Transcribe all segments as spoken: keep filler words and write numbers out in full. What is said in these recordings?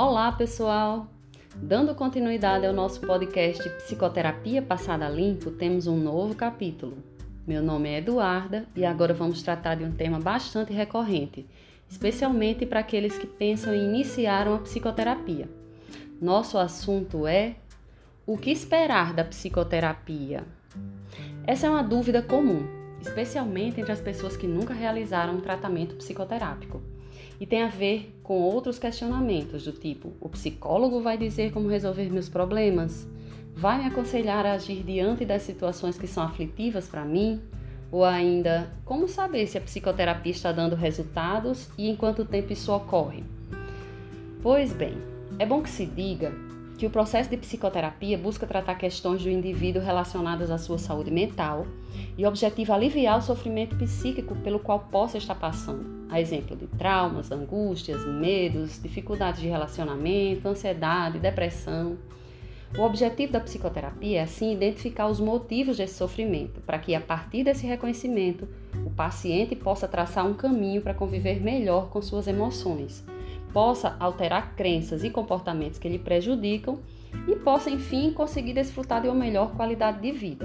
Olá, pessoal! Dando continuidade ao nosso podcast Psicoterapia Passada a Limpo, temos um novo capítulo. Meu nome é Eduarda e agora vamos tratar de um tema bastante recorrente, especialmente para aqueles que pensam em iniciar uma psicoterapia. Nosso assunto é: o que esperar da psicoterapia? Essa é uma dúvida comum, especialmente entre as pessoas que nunca realizaram um tratamento psicoterápico. E tem a ver com outros questionamentos do tipo: o psicólogo vai dizer como resolver meus problemas? Vai me aconselhar a agir diante das situações que são aflitivas para mim? Ou ainda, como saber se a psicoterapia está dando resultados e em quanto tempo isso ocorre? Pois bem, é bom que se diga que o processo de psicoterapia busca tratar questões do indivíduo relacionadas à sua saúde mental e objetiva aliviar o sofrimento psíquico pelo qual possa estar passando, a exemplo de traumas, angústias, medos, dificuldades de relacionamento, ansiedade, depressão. O objetivo da psicoterapia é, assim, identificar os motivos desse sofrimento, para que, a partir desse reconhecimento, o paciente possa traçar um caminho para conviver melhor com suas emoções, possa alterar crenças e comportamentos que lhe prejudicam e possa, enfim, conseguir desfrutar de uma melhor qualidade de vida.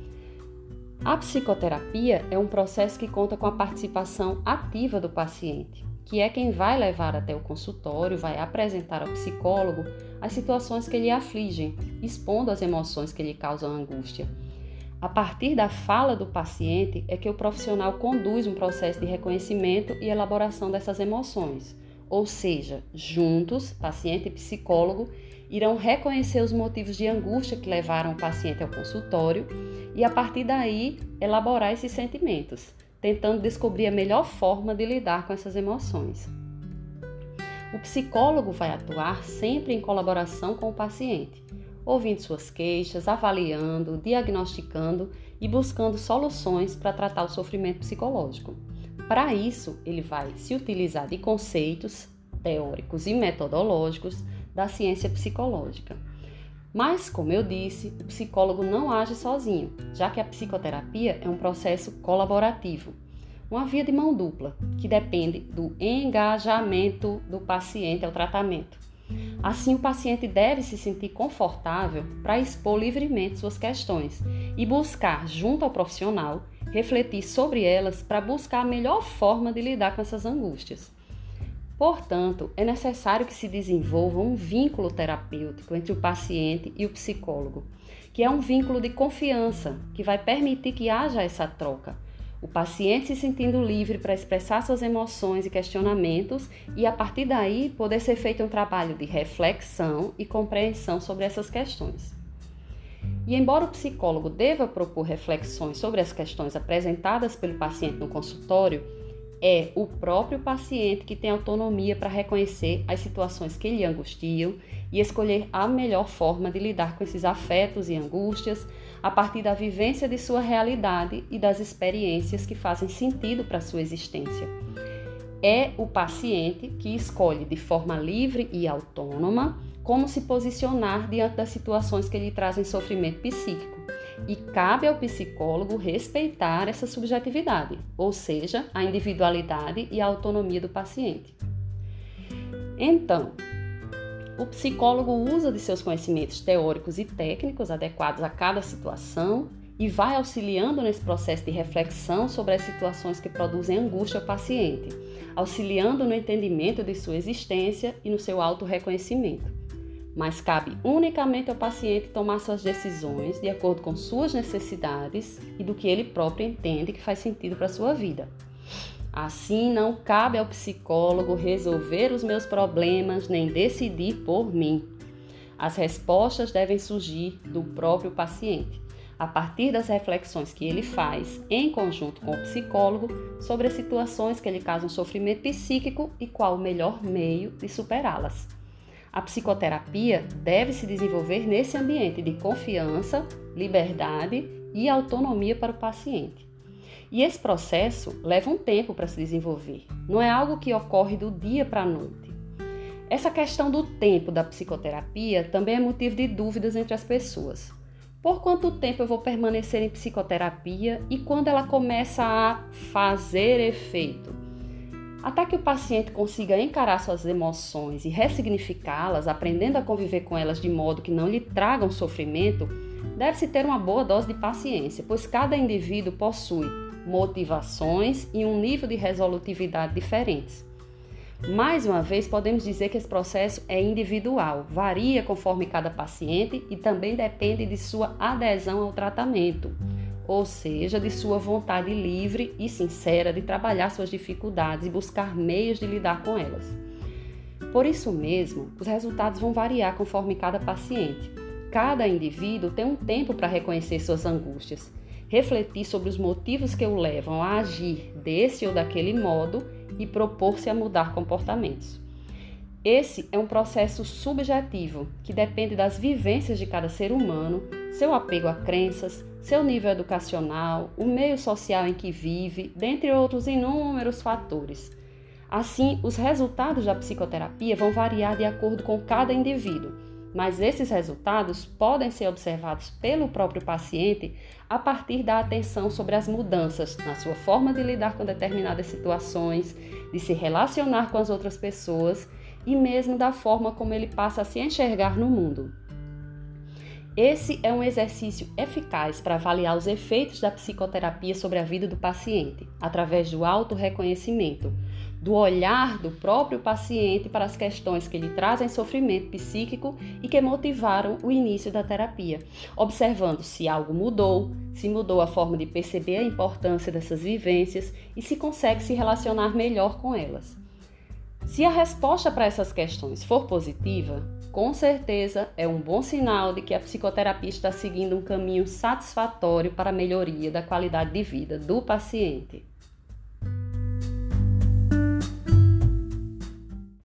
A psicoterapia é um processo que conta com a participação ativa do paciente, que é quem vai levar até o consultório, vai apresentar ao psicólogo as situações que lhe afligem, expondo as emoções que lhe causam angústia. A partir da fala do paciente é que o profissional conduz um processo de reconhecimento e elaboração dessas emoções. Ou seja, juntos, paciente e psicólogo irão reconhecer os motivos de angústia que levaram o paciente ao consultório e, a partir daí, elaborar esses sentimentos, tentando descobrir a melhor forma de lidar com essas emoções. O psicólogo vai atuar sempre em colaboração com o paciente, ouvindo suas queixas, avaliando, diagnosticando e buscando soluções para tratar o sofrimento psicológico. Para isso, ele vai se utilizar de conceitos teóricos e metodológicos da ciência psicológica. Mas, como eu disse, o psicólogo não age sozinho, já que a psicoterapia é um processo colaborativo, uma via de mão dupla, que depende do engajamento do paciente ao tratamento. Assim, o paciente deve se sentir confortável para expor livremente suas questões e buscar, junto ao profissional, refletir sobre elas para buscar a melhor forma de lidar com essas angústias. Portanto, é necessário que se desenvolva um vínculo terapêutico entre o paciente e o psicólogo, que é um vínculo de confiança que vai permitir que haja essa troca. O paciente se sentindo livre para expressar suas emoções e questionamentos e, a partir daí, poder ser feito um trabalho de reflexão e compreensão sobre essas questões. E embora o psicólogo deva propor reflexões sobre as questões apresentadas pelo paciente no consultório, é o próprio paciente que tem autonomia para reconhecer as situações que lhe angustiam e escolher a melhor forma de lidar com esses afetos e angústias a partir da vivência de sua realidade e das experiências que fazem sentido para a sua existência. É o paciente que escolhe de forma livre e autônoma como se posicionar diante das situações que lhe trazem sofrimento psíquico. E cabe ao psicólogo respeitar essa subjetividade, ou seja, a individualidade e a autonomia do paciente. Então, o psicólogo usa de seus conhecimentos teóricos e técnicos adequados a cada situação e vai auxiliando nesse processo de reflexão sobre as situações que produzem angústia ao paciente, auxiliando no entendimento de sua existência e no seu autorreconhecimento. Mas cabe unicamente ao paciente tomar suas decisões de acordo com suas necessidades e do que ele próprio entende que faz sentido para a sua vida. Assim, não cabe ao psicólogo resolver os meus problemas nem decidir por mim. As respostas devem surgir do próprio paciente, a partir das reflexões que ele faz em conjunto com o psicólogo sobre as situações que lhe causam sofrimento psíquico e qual o melhor meio de superá-las. A psicoterapia deve se desenvolver nesse ambiente de confiança, liberdade e autonomia para o paciente. E esse processo leva um tempo para se desenvolver, não é algo que ocorre do dia para a noite. Essa questão do tempo da psicoterapia também é motivo de dúvidas entre as pessoas. Por quanto tempo eu vou permanecer em psicoterapia e quando ela começa a fazer efeito? Até que o paciente consiga encarar suas emoções e ressignificá-las, aprendendo a conviver com elas de modo que não lhe tragam sofrimento, deve-se ter uma boa dose de paciência, pois cada indivíduo possui motivações e um nível de resolutividade diferentes. Mais uma vez, podemos dizer que esse processo é individual, varia conforme cada paciente e também depende de sua adesão ao tratamento, ou seja, de sua vontade livre e sincera de trabalhar suas dificuldades e buscar meios de lidar com elas. Por isso mesmo, os resultados vão variar conforme cada paciente. Cada indivíduo tem um tempo para reconhecer suas angústias, refletir sobre os motivos que o levam a agir desse ou daquele modo e propor-se a mudar comportamentos. Esse é um processo subjetivo que depende das vivências de cada ser humano, seu apego a crenças, seu nível educacional, o meio social em que vive, dentre outros inúmeros fatores. Assim, os resultados da psicoterapia vão variar de acordo com cada indivíduo, mas esses resultados podem ser observados pelo próprio paciente a partir da atenção sobre as mudanças na sua forma de lidar com determinadas situações, de se relacionar com as outras pessoas e mesmo da forma como ele passa a se enxergar no mundo. Esse é um exercício eficaz para avaliar os efeitos da psicoterapia sobre a vida do paciente, através do autorreconhecimento, do olhar do próprio paciente para as questões que lhe trazem sofrimento psíquico e que motivaram o início da terapia, observando se algo mudou, se mudou a forma de perceber a importância dessas vivências e se consegue se relacionar melhor com elas. Se a resposta para essas questões for positiva, com certeza é um bom sinal de que a psicoterapia está seguindo um caminho satisfatório para a melhoria da qualidade de vida do paciente.